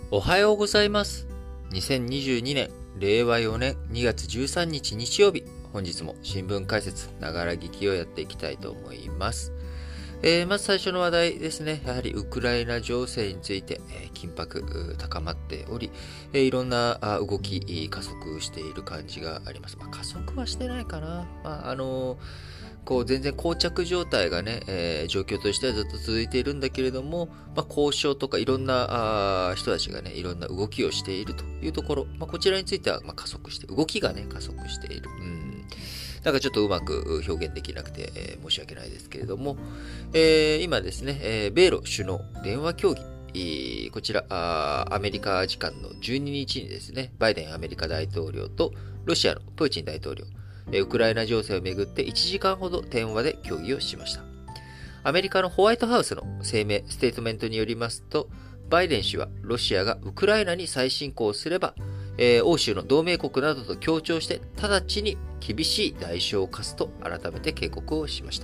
おはようございます。2022年令和4年2月13日日曜日、本日も新聞解説ながら聞きをやっていきたいと思います。まず最初の話題ですね。やはりウクライナ情勢について、緊迫高まっており、いろんな動き加速している感じがあります。加速はしてないかな。全然膠着状態がね、状況としてはずっと続いているんだけれども、交渉とかいろんな人たちがね、いろんな動きをしているというところ、こちらについては加速して、動きがね、加速している。なんかちょっとうまく表現できなくて、申し訳ないですけれども、今ですね、米ロ首脳電話協議、こちらアメリカ時間の12日にですね、バイデンアメリカ大統領とロシアのプーチン大統領、ウクライナ情勢をめぐって1時間ほど電話で協議をしました。アメリカのホワイトハウスの声明、ステートメントによりますと、バイデン氏はロシアがウクライナに再侵攻すれば、欧州の同盟国などと協調して直ちに厳しい代償を課すと改めて警告をしました。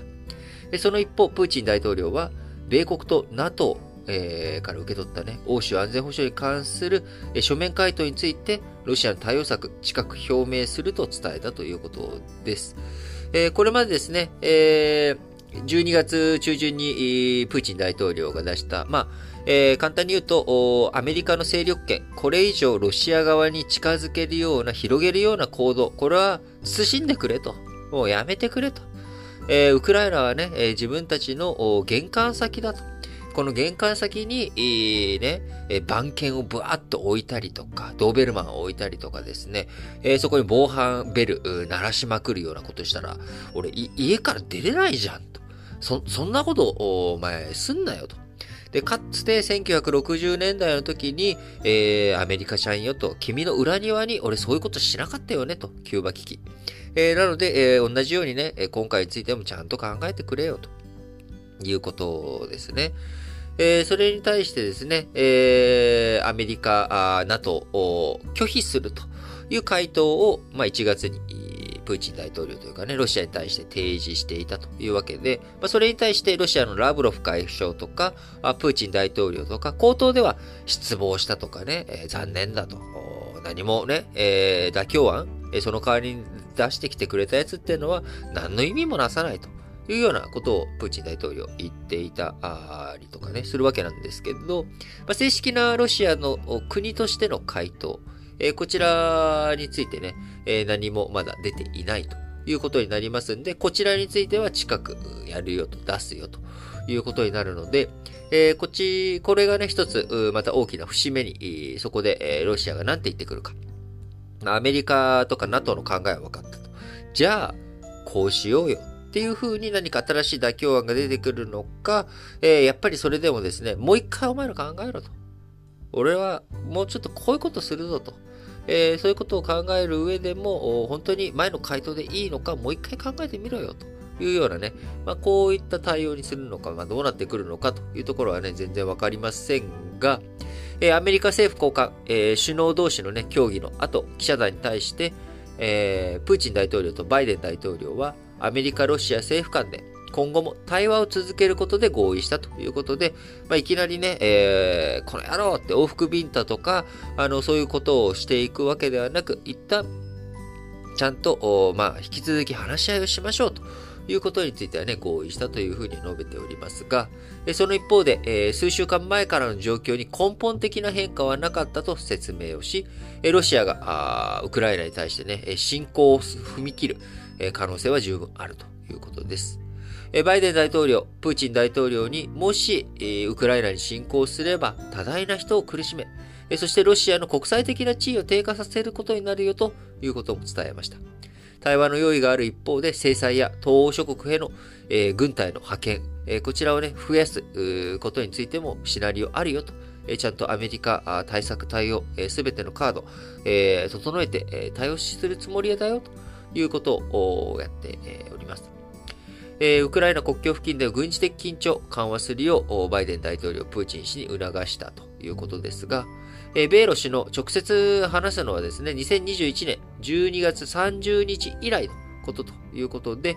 その一方、プーチン大統領は、米国と NATO、から受け取ったね、欧州安全保障に関する書面回答について、ロシアの対応策、近く表明すると伝えたということです。これまでですね、12月中旬にプーチン大統領が出した、簡単に言うと、アメリカの勢力圏、これ以上ロシア側に近づけるような、広げるような行動、これは慎んでくれと。もうやめてくれと。ウクライナはね、自分たちの玄関先だと。この玄関先に、番犬をブワーッと置いたりとか、ドーベルマンを置いたりとかですね、そこに防犯ベル、鳴らしまくるようなことしたら、俺、家から出れないじゃんと。そんなこと、お前、すんなよと。で、かつて1960年代の時に、アメリカ社員よと、君の裏庭に俺そういうことしなかったよねと、キューバ危機。なので、同じようにね、今回についてもちゃんと考えてくれよということですね。それに対してですね、アメリカ、NATO を拒否するという回答を、1月にプーチン大統領というかね、ロシアに対して提示していたというわけで、それに対してロシアのラブロフ外相とか、プーチン大統領とか、口頭では失望したとかね、残念だと、何もね、妥協案、その代わりに出してきてくれたやつっていうのは何の意味もなさないと。いうようなことをプーチン大統領言っていたりとかね、するわけなんですけど、正式なロシアの国としての回答、こちらについてね、何もまだ出ていないということになりますんで、こちらについては近くやるよと、出すよということになるので、これがね、一つ、また大きな節目に、そこで、ロシアが何て言ってくるか。アメリカとか NATO の考えは分かったと。じゃあ、こうしようよ。っていう風に何か新しい妥協案が出てくるのか、やっぱりそれでもですね、もう一回お前ら考えろと。俺はもうちょっとこういうことするぞと。そういうことを考える上でも、本当に前の回答でいいのか、もう一回考えてみろよというようなね、こういった対応にするのか、どうなってくるのかというところはね、全然わかりませんが、アメリカ政府高官、首脳同士のね、協議の後、記者団に対して、プーチン大統領とバイデン大統領は、アメリカ、ロシア政府間で今後も対話を続けることで合意したということで、いきなりね、この野郎って往復ビンタとか、そういうことをしていくわけではなく、一旦、ちゃんと、引き続き話し合いをしましょうということについてはね、合意したというふうに述べておりますが、その一方で、数週間前からの状況に根本的な変化はなかったと説明をし、ロシアがウクライナに対してね、侵攻を踏み切る可能性は十分あるということです。バイデン大統領、プーチン大統領にもし、ウクライナに侵攻すれば多大な人を苦しめ、そしてロシアの国際的な地位を低下させることになるよということも伝えました。対話の用意がある一方で制裁や東欧諸国への、軍隊の派遣、こちらをね、増やすことについてもシナリオあるよと。ちゃんとアメリカ対策対応、すべてのカード、整えて、対応するつもりだよということをやっております。ウクライナ国境付近での軍事的緊張を緩和するようバイデン大統領、プーチン氏に促したということですが、米ロ氏の直接話すのはですね、2021年12月30日以来のことということで、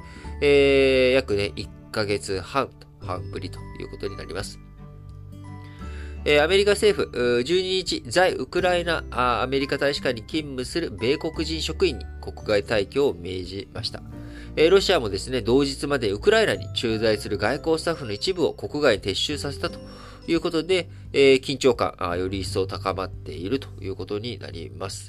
約ね、1ヶ月半ぶりということになります。 アメリカ政府、12日、在ウクライナアメリカ大使館に勤務する米国人職員に国外退去を命じました。ロシアもですね、同日までウクライナに駐在する外交スタッフの一部を国外に撤収させたということで、緊張感より一層高まっているということになります。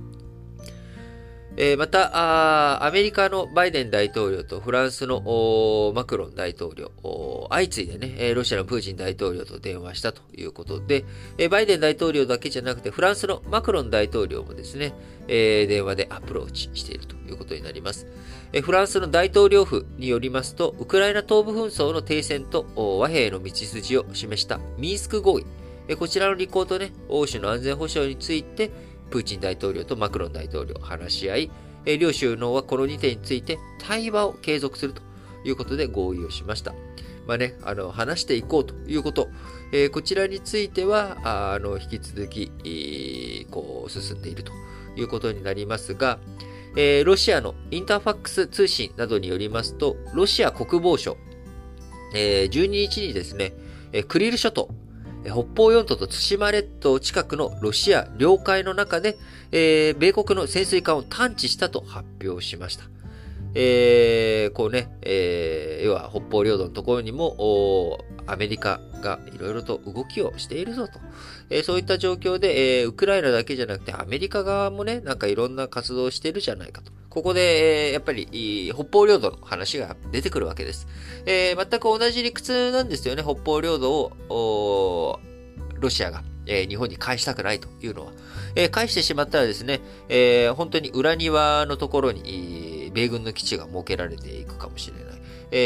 また、アメリカのバイデン大統領とフランスのマクロン大統領、相次いでね、ロシアのプーチン大統領と電話したということで、バイデン大統領だけじゃなくて、フランスのマクロン大統領もですね、電話でアプローチしているということになります。フランスの大統領府によりますと、ウクライナ東部紛争の停戦と和平の道筋を示したミンスク合意、こちらの履行とね、欧州の安全保障について、プーチン大統領とマクロン大統領話し合い、両首脳はこの2点について対話を継続するということで合意をしました。まあね、話していこうということ、こちらについては、引き続き、こう、進んでいるということになりますが、ロシアのインターファックス通信などによりますと、ロシア国防省、12日にですね、クリル諸島、北方四島と対馬列島近くのロシア領海の中で、米国の潜水艦を探知したと発表しました。こうね、要は北方領土のところにも、アメリカがいろいろと動きをしているぞと。そういった状況で、ウクライナだけじゃなくてアメリカ側もね、なんかいろんな活動をしているじゃないかと。ここで、やっぱり、北方領土の話が出てくるわけです。全く同じ理屈なんですよね。北方領土を、ロシアが、日本に返したくないというのは。返してしまったらですね、本当に裏庭のところに、米軍の基地が設けられていくかもしれない。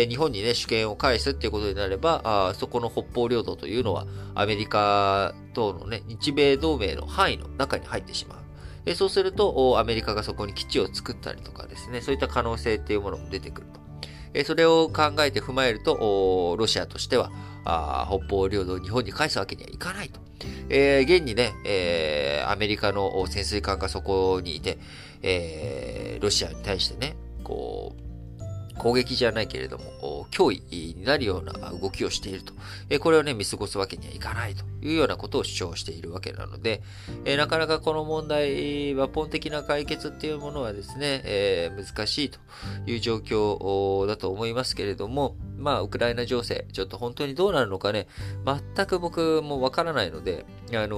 日本にね、主権を返すっていうことになれば、そこの北方領土というのは、アメリカとのね、日米同盟の範囲の中に入ってしまう。そうすると、アメリカがそこに基地を作ったりとかですね、そういった可能性っていうものも出てくると。それを考えて踏まえると、ロシアとしては、北方領土を日本に返すわけにはいかないと。現にね、アメリカの潜水艦がそこにいて、ロシアに対してね、こう、攻撃じゃないけれども、脅威になるような動きをしていると。これをね、見過ごすわけにはいかないというようなことを主張しているわけなので、なかなかこの問題、抜本的な解決っていうものはですね、難しいという状況だと思いますけれども、まあ、ウクライナ情勢、ちょっと本当にどうなるのかね、全く僕もわからないので、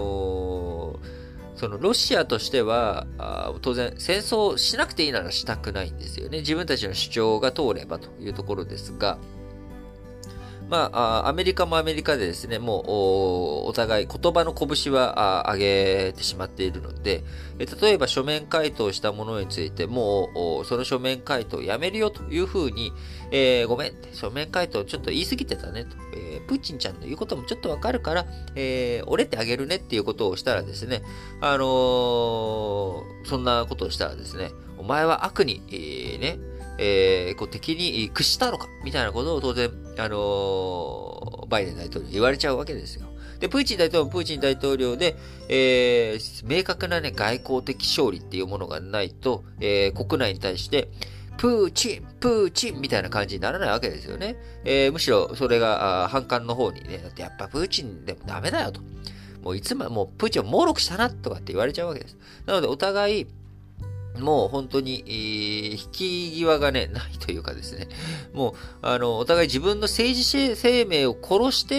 そのロシアとしては、当然戦争しなくていいならしたくないんですよね。自分たちの主張が通ればというところですが、まあ、アメリカもアメリカでですね、もう、お互い言葉の拳は上げてしまっているので、例えば書面回答したものについても、その書面回答をやめるよというふうに、ごめんって、書面回答ちょっと言い過ぎてたねと、プーチンちゃんの言うこともちょっとわかるから、折れてあげるねっていうことをしたらですね、そんなことをしたらですね、お前は悪に、ね、こう敵に屈したのかみたいなことを当然、バイデン大統領に言われちゃうわけですよ。で、プーチン大統領もプーチン大統領で、明確なね、外交的勝利っていうものがないと、国内に対して、プーチンみたいな感じにならないわけですよね。むしろそれが反感の方にね、だってやっぱプーチンでもダメだよと。もうプーチンを猛録したなとかって言われちゃうわけです。なのでお互い、もう本当に、引き際がね、ないというかですね。もう、お互い自分の政治生命を殺して、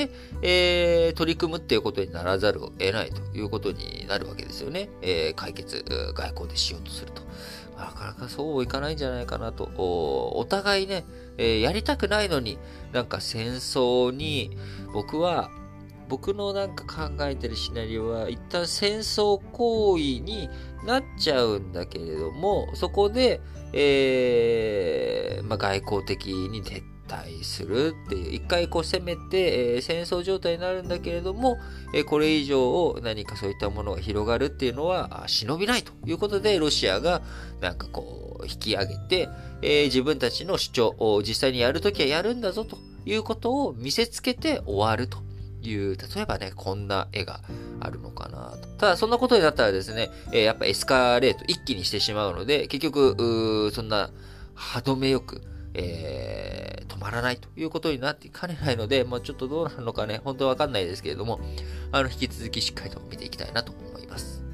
取り組むっていうことにならざるを得ないということになるわけですよね。解決、外交でしようとすると。なかなかそういかないんじゃないかなと。お互いね、やりたくないのに、なんか戦争に、僕のなんか考えてるシナリオは、一旦戦争行為になっちゃうんだけれども、そこで、外交的に撤退するっていう、一回こう攻めて、戦争状態になるんだけれども、これ以上何かそういったものが広がるっていうのは忍びないということで、ロシアがなんかこう引き上げて、自分たちの主張を実際にやるときはやるんだぞということを見せつけて終わると。例えばね、こんな絵があるのかなと。ただ、そんなことになったらですね、やっぱエスカレート一気にしてしまうので、結局、そんな歯止めよく、止ままらないということになっていかねないので、ちょっとどうなるのかね、本当はわかんないですけれども、引き続きしっかりと見ていきたいなと思います。